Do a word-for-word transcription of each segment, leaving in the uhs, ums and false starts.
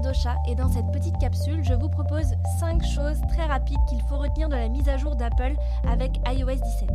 Dosha et dans cette petite capsule, je vous propose cinq choses très rapides qu'il faut retenir de la mise à jour d'Apple avec i O S dix-sept.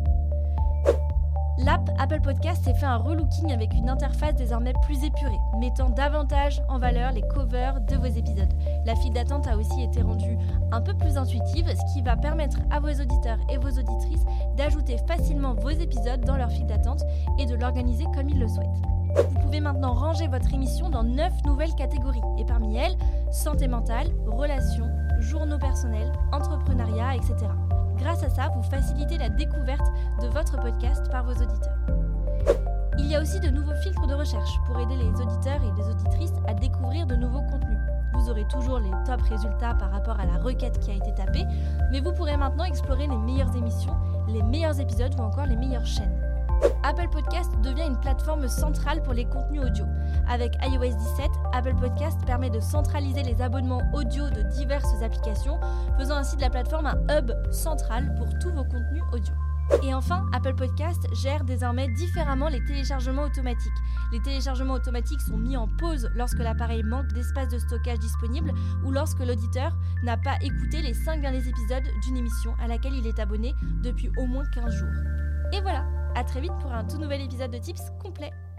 L'app Apple Podcast s'est fait un relooking avec une interface désormais plus épurée, mettant davantage en valeur les covers de vos épisodes. La file d'attente a aussi été rendue un peu plus intuitive, ce qui va permettre à vos auditeurs et vos auditrices d'ajouter facilement vos épisodes dans leur file d'attente et de l'organiser comme ils le souhaitent. Vous pouvez maintenant ranger votre émission dans neuf nouvelles catégories, et parmi elles, santé mentale, relations, journaux personnels, entrepreneuriat, et cetera. Grâce à ça, vous facilitez la découverte de votre podcast par vos auditeurs. Il y a aussi de nouveaux filtres de recherche pour aider les auditeurs et les auditrices à découvrir de nouveaux contenus. Vous aurez toujours les top résultats par rapport à la requête qui a été tapée, mais vous pourrez maintenant explorer les meilleures émissions, les meilleurs épisodes ou encore les meilleures chaînes. Apple Podcast devient une plateforme centrale pour les contenus audio. Avec i O S dix-sept, Apple Podcast permet de centraliser les abonnements audio de diverses applications, faisant ainsi de la plateforme un hub central pour tous vos contenus audio. Et enfin, Apple Podcast gère désormais différemment les téléchargements automatiques. Les téléchargements automatiques sont mis en pause lorsque l'appareil manque d'espace de stockage disponible ou lorsque l'auditeur n'a pas écouté les cinq derniers épisodes d'une émission à laquelle il est abonné depuis au moins quinze jours. Et voilà! À très vite pour un tout nouvel épisode de Tips complet.